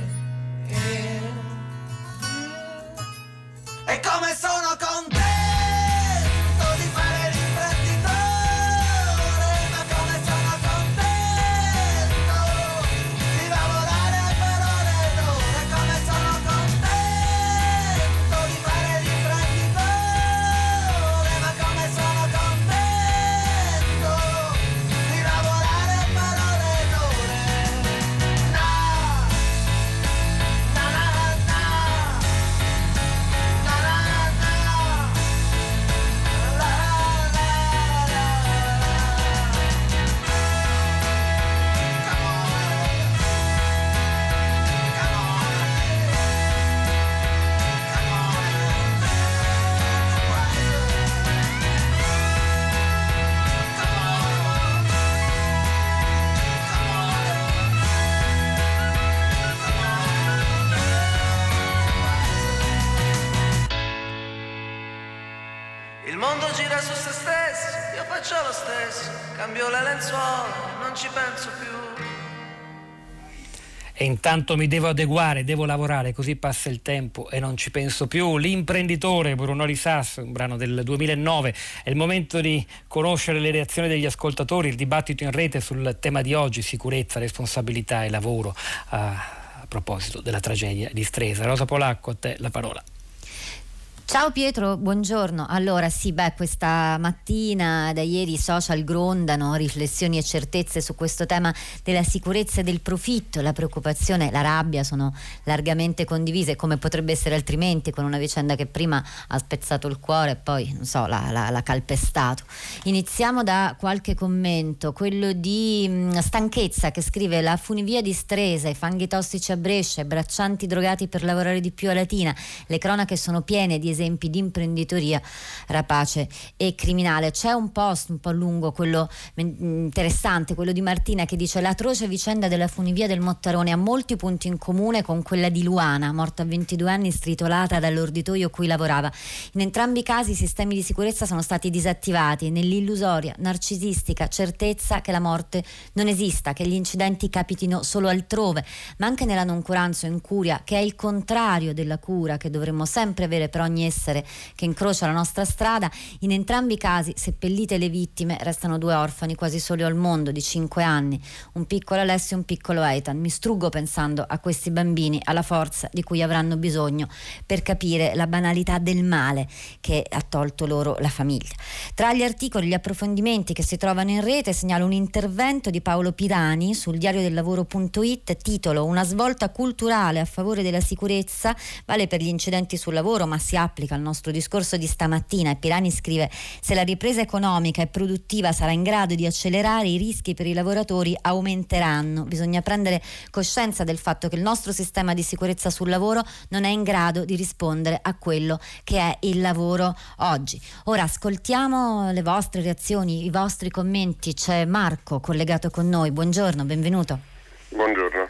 H: E come sono contento di fare l'imprenditore, ma come sono contento di lavorare per ore ed ore, come sono contento di fare l'imprenditore, ma come sono contento di lavorare per ore ed ore. Na, na, na, na. Il mondo gira su se stesso, io faccio lo stesso, cambio le lenzuola, non ci penso più.
D: E intanto mi devo adeguare, devo lavorare, così passa il tempo e non ci penso più. L'imprenditore, Bruno Risas, un brano del duemilanove. È il momento di conoscere le reazioni degli ascoltatori, il dibattito in rete sul tema di oggi, sicurezza, responsabilità e lavoro, a, a proposito della tragedia di Stresa. Rosa Polacco, a te la parola.
I: Ciao Pietro, buongiorno. Allora sì, beh, questa mattina da ieri i social grondano riflessioni e certezze su questo tema della sicurezza e del profitto. La preoccupazione e la rabbia sono largamente condivise, come potrebbe essere altrimenti con una vicenda che prima ha spezzato il cuore e poi, non so, l'ha, l'ha, l'ha calpestato. Iniziamo da qualche commento, quello di mh, Stanchezza, che scrive: la funivia di Stresa, i fanghi tossici a Brescia, i braccianti drogati per lavorare di più a Latina, le cronache sono piene di esempi di imprenditoria rapace e criminale. C'è un post un po' lungo, quello interessante, quello di Martina, che dice: l'atroce vicenda della funivia del Mottarone ha molti punti in comune con quella di Luana, morta a ventidue anni stritolata dall'orditoio cui lavorava. In entrambi i casi i sistemi di sicurezza sono stati disattivati nell'illusoria, narcisistica certezza che la morte non esista, che gli incidenti capitino solo altrove, ma anche nella noncuranza o incuria, che è il contrario della cura che dovremmo sempre avere per ogni ogni essere che incrocia la nostra strada. In entrambi i casi, seppellite le vittime, restano due orfani quasi soli al mondo di cinque anni, un piccolo Alessio e un piccolo Eitan. Mi struggo pensando a questi bambini, alla forza di cui avranno bisogno per capire la banalità del male che ha tolto loro la famiglia. Tra gli articoli, gli approfondimenti che si trovano in rete, segnalo un intervento di Paolo Pirani sul diario del lavoro punto it, titolo "Una svolta culturale a favore della sicurezza", vale per gli incidenti sul lavoro ma si applica al nostro discorso di stamattina. E Pirani scrive: se la ripresa economica e produttiva sarà in grado di accelerare, i rischi per i lavoratori aumenteranno. Bisogna prendere coscienza del fatto che il nostro sistema di sicurezza sul lavoro non è in grado di rispondere a quello che è il lavoro oggi. Ora ascoltiamo le vostre reazioni, i vostri commenti. C'è Marco collegato con noi. Buongiorno, benvenuto.
J: Buongiorno.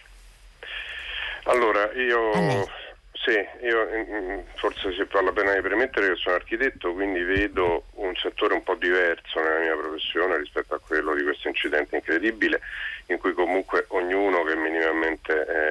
J: Allora, io sì, io forse si vale la pena di premettere che sono architetto, quindi vedo un settore un po' diverso nella mia professione rispetto a quello di questo incidente incredibile, in cui comunque ognuno che minimamente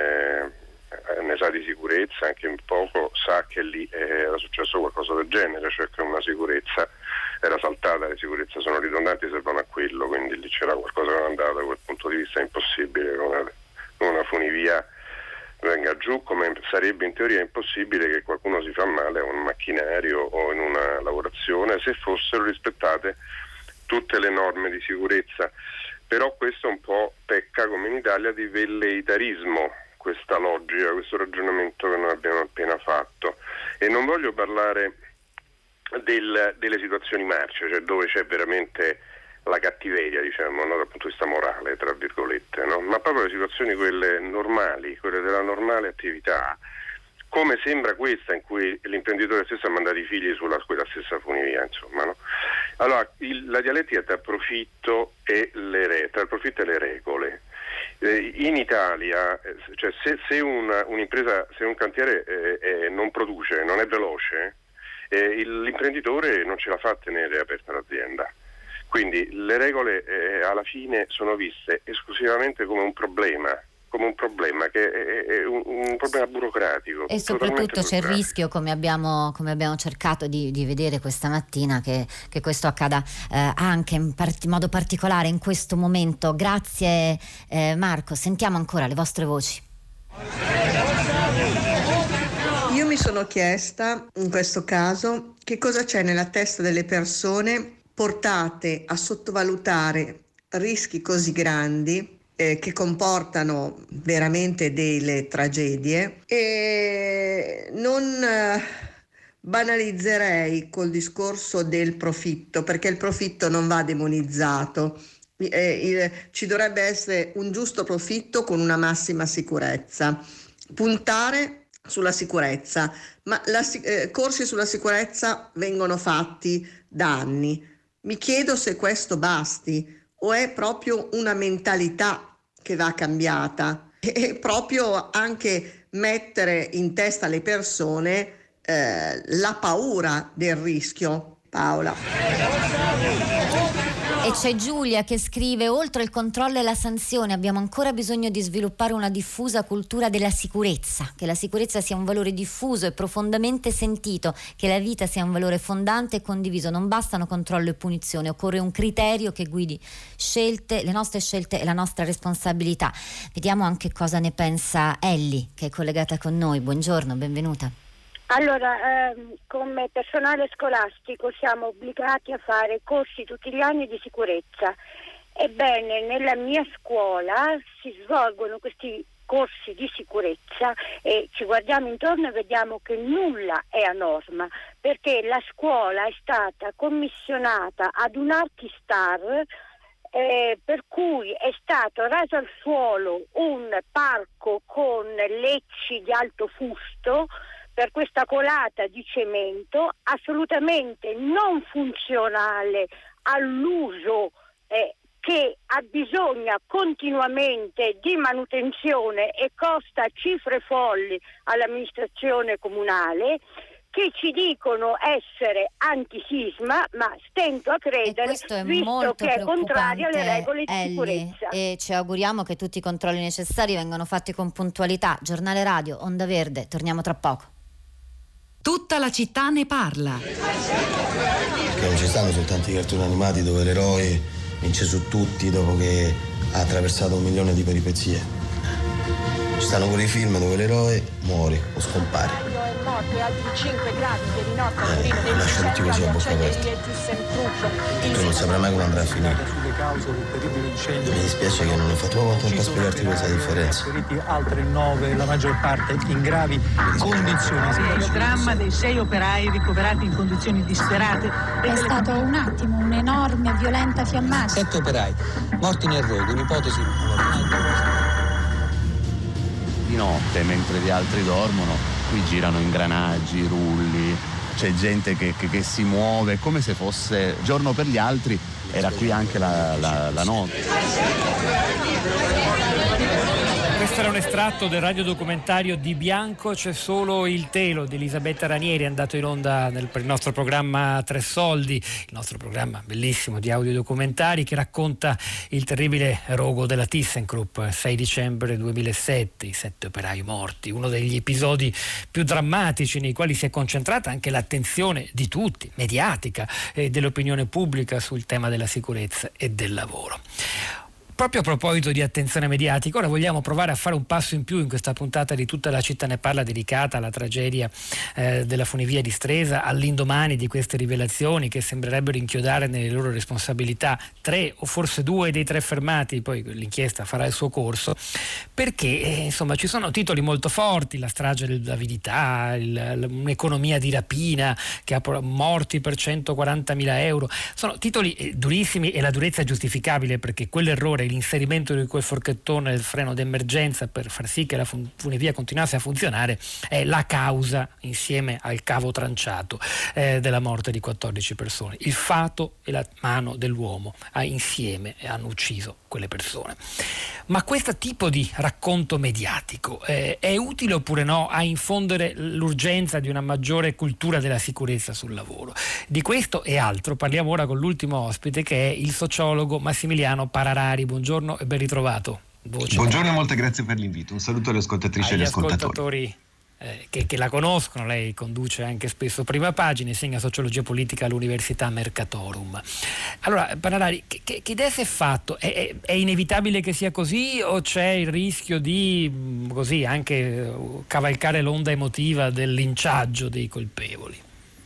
J: eh, ne sa di sicurezza, anche un poco, sa che lì era successo qualcosa del genere, cioè che una sicurezza era saltata, le sicurezze sono ridondanti, servono a quello, quindi lì c'era qualcosa che non andava. Da quel punto di vista è impossibile che una, una funivia venga giù, come sarebbe in teoria impossibile che qualcuno si fa male a un macchinario o in una lavorazione se fossero rispettate tutte le norme di sicurezza. Però questo un po' pecca, come in Italia, di velleitarismo, questa logica, questo ragionamento che noi abbiamo appena fatto. E non voglio parlare del, delle situazioni marce, cioè dove c'è veramente la cattiveria, diciamo, no? Dal punto di vista morale, tra virgolette, no? Ma proprio le situazioni quelle normali, quelle della normale attività, come sembra questa in cui l'imprenditore stesso ha mandato i figli sulla quella stessa funivia, insomma, no? Allora, il, la dialettica tra profitto e le re, tra il profitto e le regole. Eh, in Italia, eh, cioè se, se una, un'impresa, se un cantiere eh, eh, non produce, non è veloce, eh, il, l'imprenditore non ce la fa a tenere aperta l'azienda. Quindi le regole eh, alla fine sono viste esclusivamente come un problema, come un problema che è, è un, un problema burocratico.
I: E soprattutto c'è il rischio, come abbiamo, come abbiamo cercato di, di vedere questa mattina, che, che questo accada eh, anche in part- modo particolare in questo momento. Grazie eh, Marco, sentiamo ancora le vostre voci.
K: Io mi sono chiesta in questo caso che cosa c'è nella testa delle persone portate a sottovalutare rischi così grandi eh, che comportano veramente delle tragedie, e non eh, banalizzerei col discorso del profitto, perché il profitto non va demonizzato. Eh, il, ci dovrebbe essere un giusto profitto con una massima sicurezza, puntare sulla sicurezza, ma la, eh, corsi sulla sicurezza vengono fatti da anni. Mi chiedo se questo basti o è proprio una mentalità che va cambiata, e proprio anche mettere in testa alle persone eh, la paura del rischio. Paola.
I: E c'è Giulia che scrive: oltre il controllo e la sanzione abbiamo ancora bisogno di sviluppare una diffusa cultura della sicurezza, che la sicurezza sia un valore diffuso e profondamente sentito, che la vita sia un valore fondante e condiviso. Non bastano controllo e punizione, occorre un criterio che guidi scelte, le nostre scelte e la nostra responsabilità. Vediamo anche cosa ne pensa Ellie, che è collegata con noi. Buongiorno, benvenuta.
L: Allora, ehm, come personale scolastico siamo obbligati a fare corsi tutti gli anni di sicurezza. Ebbene, nella mia scuola si svolgono questi corsi di sicurezza e ci guardiamo intorno e vediamo che nulla è a norma, perché la scuola è stata commissionata ad un Archistar, eh, per cui è stato raso al suolo un parco con lecci di alto fusto per questa colata di cemento assolutamente non funzionale all'uso eh, che abbisogna continuamente di manutenzione e costa cifre folli all'amministrazione comunale, che ci dicono essere antisisma, ma stento a credere, è visto che è contrario alle regole di
I: Ellie,
L: sicurezza.
I: E ci auguriamo che tutti i controlli necessari vengano fatti con puntualità. Giornale radio, Onda Verde, torniamo tra poco.
M: Tutta la città ne parla.
N: Che non ci stanno soltanto i cartoni animati dove l'eroe vince su tutti dopo che ha attraversato un milione di peripezie. Ci stanno pure i film dove l'eroe muore o scompare.
O: Morte, altri cinque gradi ieri notte a Torino,
N: Eh, lascia tutti così a bocca aperta. Tu non saprai mai come andrà a finire. Mi dispiace che non ho fatto proprio tempo a spiegarti questa differenza.
P: Altri nove, la maggior parte in gravi condizioni.
Q: Il dramma dei sei operai ricoverati in condizioni disperate.
R: È stato un attimo, un'enorme, violenta fiammata.
P: Sette operai morti nel rogo, un'ipotesi.
S: Di notte, mentre gli altri dormono, qui girano ingranaggi, rulli, c'è gente che, che, che si muove come se fosse giorno per gli altri, era qui anche la, la, la notte.
D: Questo era un estratto del radiodocumentario Di bianco c'è solo il telo di Elisabetta Ranieri, andato in onda nel, per il nostro programma Tre Soldi, il nostro programma bellissimo di audiodocumentari che racconta il terribile rogo della ThyssenKrupp, sei dicembre duemilasette, i sette operai morti, uno degli episodi più drammatici nei quali si è concentrata anche l'attenzione di tutti, mediatica e dell'opinione pubblica sul tema della sicurezza e del lavoro. Proprio a proposito di attenzione mediatica, ora vogliamo provare a fare un passo in più in questa puntata di Tutta la città ne parla, dedicata alla tragedia eh, della funivia di Stresa, all'indomani di queste rivelazioni che sembrerebbero inchiodare nelle loro responsabilità tre o forse due dei tre fermati, poi l'inchiesta farà il suo corso, perché eh, insomma ci sono titoli molto forti, la strage dell'avidità, il, un'economia di rapina che ha morti per centoquarantamila euro, sono titoli eh, durissimi, e la durezza è giustificabile perché quell'errore, l'inserimento di quel forchettone del freno d'emergenza per far sì che la funivia continuasse a funzionare, è la causa, insieme al cavo tranciato, eh, della morte di quattordici persone. Il fato e la mano dell'uomo ah, insieme hanno ucciso quelle persone. Ma questo tipo di racconto mediatico eh, è utile oppure no a infondere l'urgenza di una maggiore cultura della sicurezza sul lavoro? Di questo e altro parliamo ora con l'ultimo ospite, che è il sociologo Massimiliano Pararari. Buongiorno e ben ritrovato. Voce
T: Buongiorno e molte grazie per l'invito. Un saluto alle ascoltatrici e agli ascoltatori.
D: ascoltatori eh, che, che la conoscono, lei conduce anche spesso Prima Pagina, insegna sociologia politica all'Università Mercatorum. Allora, Pararari, che, che, che idea si è fatto? È, è, è inevitabile che sia così o c'è il rischio di così anche cavalcare l'onda emotiva del linciaggio dei colpevoli?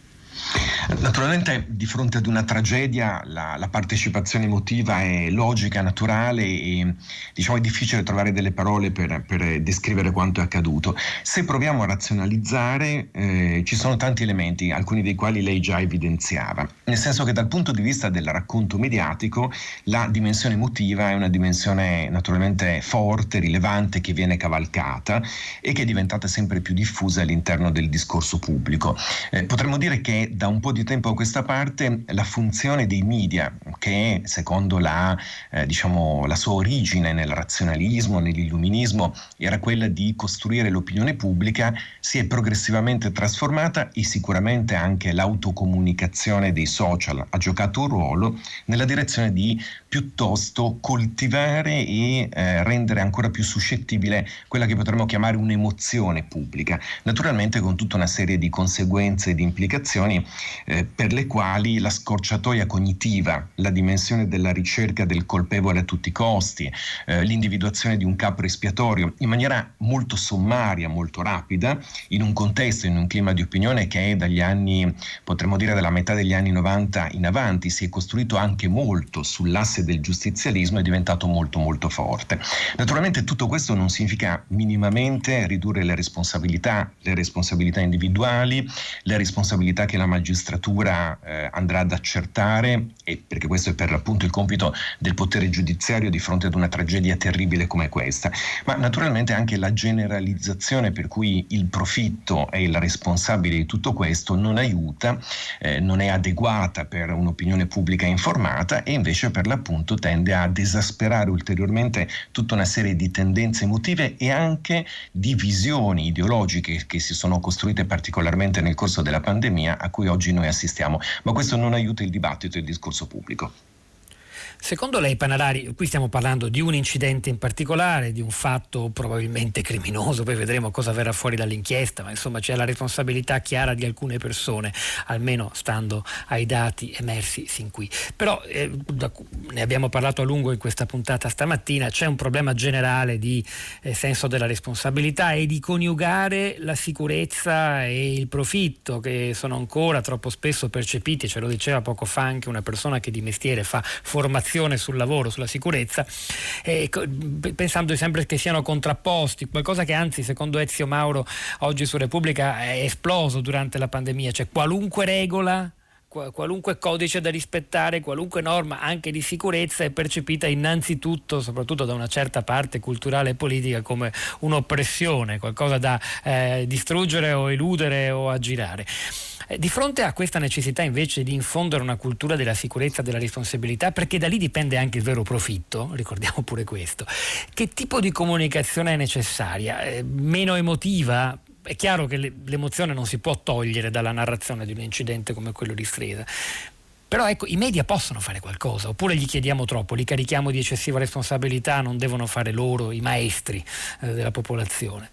T: Naturalmente di fronte ad una tragedia la, la partecipazione emotiva è logica, naturale e diciamo è difficile trovare delle parole per, per descrivere quanto è accaduto. Se proviamo a razionalizzare eh, ci sono tanti elementi, alcuni dei quali lei già evidenziava, nel senso che dal punto di vista del racconto mediatico la dimensione emotiva è una dimensione naturalmente forte, rilevante, che viene cavalcata e che è diventata sempre più diffusa all'interno del discorso pubblico. Eh, potremmo dire che da un po' di tempo a questa parte la funzione dei media, che secondo la, eh, diciamo, la sua origine nel razionalismo, nell'illuminismo, era quella di costruire l'opinione pubblica, si è progressivamente trasformata, e sicuramente anche l'autocomunicazione dei social ha giocato un ruolo nella direzione di piuttosto coltivare e eh, rendere ancora più suscettibile quella che potremmo chiamare un'emozione pubblica, naturalmente con tutta una serie di conseguenze e di implicazioni eh, per le quali la scorciatoia cognitiva, la dimensione della ricerca del colpevole a tutti i costi, eh, l'individuazione di un capro espiatorio in maniera molto sommaria, molto rapida, in un contesto, in un clima di opinione che è dagli anni, potremmo dire dalla metà degli anni novanta in avanti, si è costruito anche molto sull'asse del giustizialismo, è diventato molto molto forte. Naturalmente tutto questo non significa minimamente ridurre le responsabilità, le responsabilità individuali, le responsabilità che la magistratura eh, andrà ad accertare, e perché questo è per l'appunto il compito del potere giudiziario di fronte ad una tragedia terribile come questa, ma naturalmente anche la generalizzazione per cui il profitto è il responsabile di tutto questo non aiuta, eh, non è adeguata per un'opinione pubblica informata, e invece per l'appunto tende ad esasperare ulteriormente tutta una serie di tendenze emotive e anche di visioni ideologiche che si sono costruite particolarmente nel corso della pandemia, a cui oggi noi assistiamo, ma questo non aiuta il dibattito e il discorso pubblico.
D: Secondo lei, Panarari, qui stiamo parlando di un incidente in particolare, di un fatto probabilmente criminoso, poi vedremo cosa verrà fuori dall'inchiesta, ma insomma c'è la responsabilità chiara di alcune persone, almeno stando ai dati emersi sin qui. Però eh, ne abbiamo parlato a lungo in questa puntata stamattina, c'è un problema generale di eh, senso della responsabilità e di coniugare la sicurezza e il profitto, che sono ancora troppo spesso percepiti, ce lo diceva poco fa anche una persona che di mestiere fa formazione sul lavoro, sulla sicurezza, eh, pensando sempre che siano contrapposti, qualcosa che anzi secondo Ezio Mauro oggi su Repubblica è esploso durante la pandemia, cioè qualunque regola, qualunque codice da rispettare, qualunque norma anche di sicurezza è percepita innanzitutto, soprattutto da una certa parte culturale e politica, come un'oppressione, qualcosa da eh, distruggere o eludere o aggirare. Di fronte a questa necessità invece di infondere una cultura della sicurezza e della responsabilità, perché da lì dipende anche il vero profitto, ricordiamo pure questo, che tipo di comunicazione è necessaria? Eh, meno emotiva? È chiaro che l'emozione non si può togliere dalla narrazione di un incidente come quello di Stresa. Però ecco, i media possono fare qualcosa, oppure gli chiediamo troppo, li carichiamo di eccessiva responsabilità, non devono fare loro i maestri eh, della popolazione.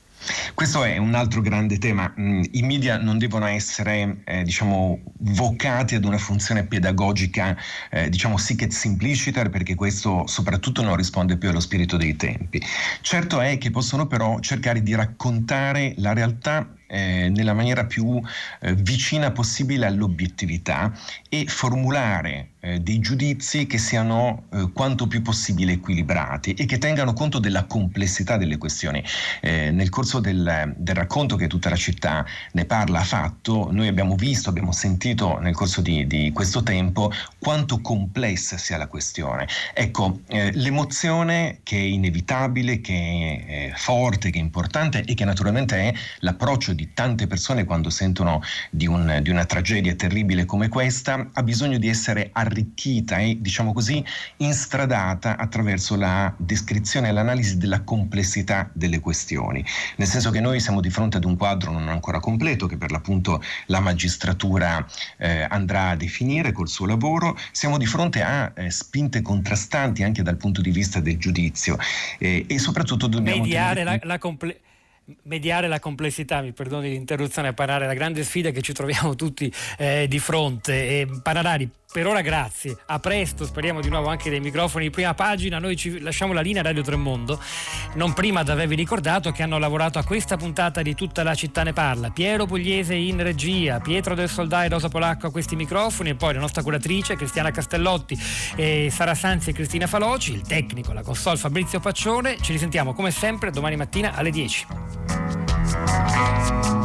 T: Questo è un altro grande tema. I media non devono essere eh, diciamo vocati ad una funzione pedagogica eh, diciamo sic et simpliciter, perché questo soprattutto non risponde più allo spirito dei tempi. Certo è che possono però cercare di raccontare la realtà Eh, nella maniera più eh, vicina possibile all'obiettività e formulare eh, dei giudizi che siano eh, quanto più possibile equilibrati e che tengano conto della complessità delle questioni. Eh, nel corso del, del racconto che Tutta la città ne parla ha fatto, noi abbiamo visto, abbiamo sentito nel corso di, di questo tempo quanto complessa sia la questione. Ecco, eh, l'emozione che è inevitabile, che è eh, forte, che è importante e che naturalmente è l'approccio di di tante persone quando sentono di, un, di una tragedia terribile come questa, ha bisogno di essere arricchita e, diciamo così, instradata attraverso la descrizione e l'analisi della complessità delle questioni. Nel senso che noi siamo di fronte ad un quadro non ancora completo, che per l'appunto la magistratura eh, andrà a definire col suo lavoro, siamo di fronte a eh, spinte contrastanti anche dal punto di vista del giudizio eh, e soprattutto dobbiamo
D: mediare
T: tenere...
D: la, la complessità. Mediare la complessità, mi perdoni l'interruzione, a Panarari, la grande sfida che ci troviamo tutti eh, di fronte. E, Panarari, per ora grazie, a presto, speriamo di nuovo anche dei microfoni di Prima Pagina. Noi ci lasciamo la linea a Radio Tremondo, non prima di avervi ricordato che hanno lavorato a questa puntata di Tutta la città ne parla Piero Pugliese in regia, Pietro del Soldà e Rosa Polacco a questi microfoni, e poi la nostra curatrice Cristiana Castellotti, e Sara Sanzi e Cristina Faloci, il tecnico, la console Fabrizio Paccione. Ci risentiamo come sempre domani mattina alle dieci.